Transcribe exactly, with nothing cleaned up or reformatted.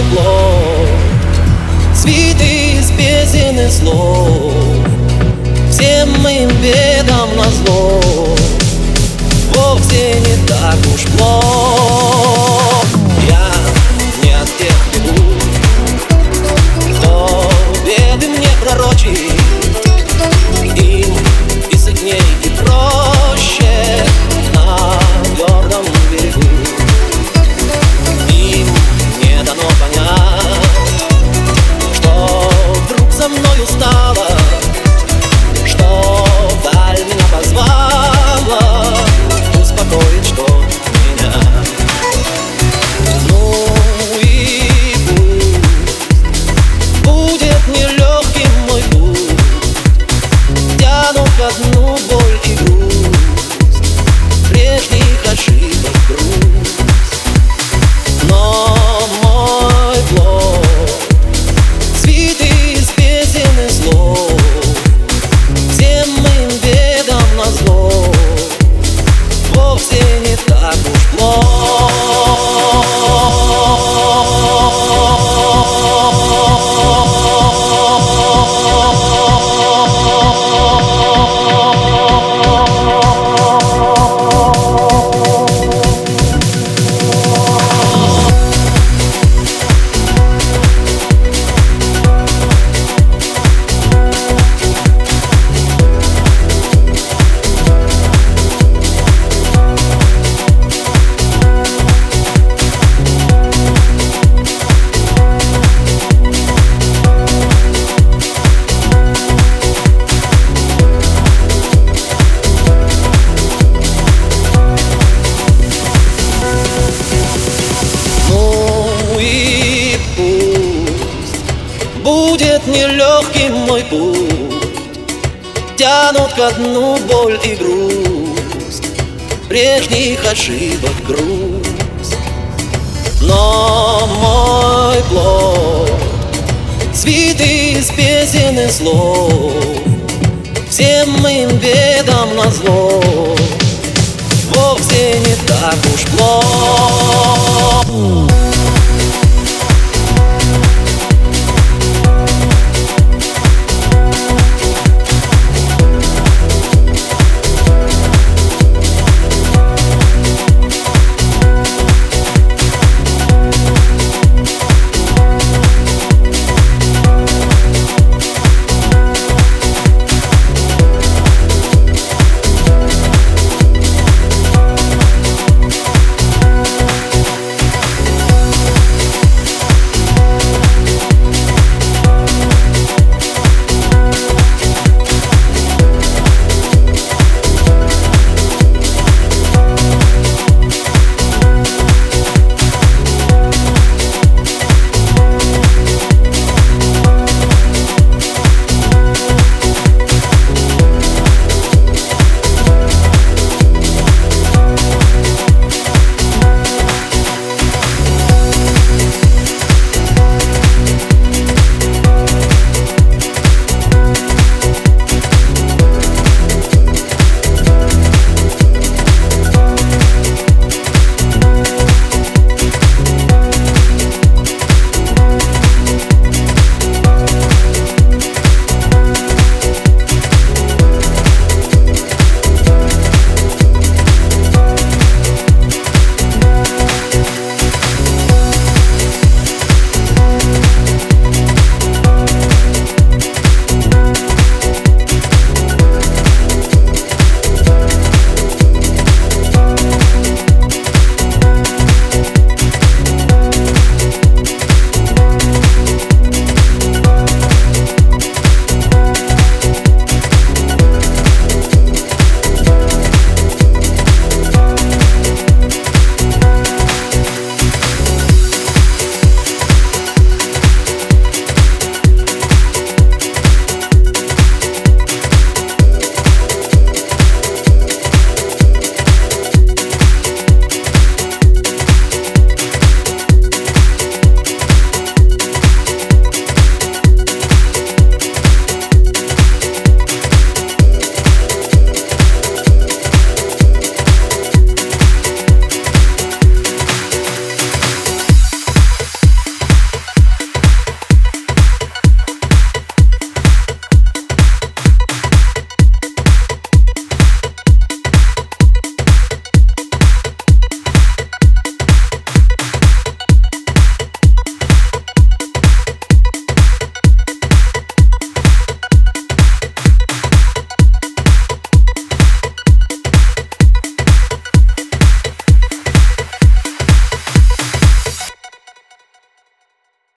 плод, цветы из песен и слов, всем моим бедам назло, вовсе не так уж плох. Я не от тех бегу, кто беды мне пророчит. Им и сытней, и проще на твердом берегу. Им не дано понять, что вдруг со мною стало, что вдаль меня позвала успокоить, что меня. Ну и пусть будет нелегким мой путь, тяну ко дну боль и грусть, прежних ошибок грусть. Но мой плод, цветы из песен и слов, всем моим бедам назло, вовсе не так уж плохо. Будет нелегким мой путь, тянут ко дну боль и грусть, прежних ошибок грусть. Но мой плод, цветы из песен и слов, всем моим бедам назло,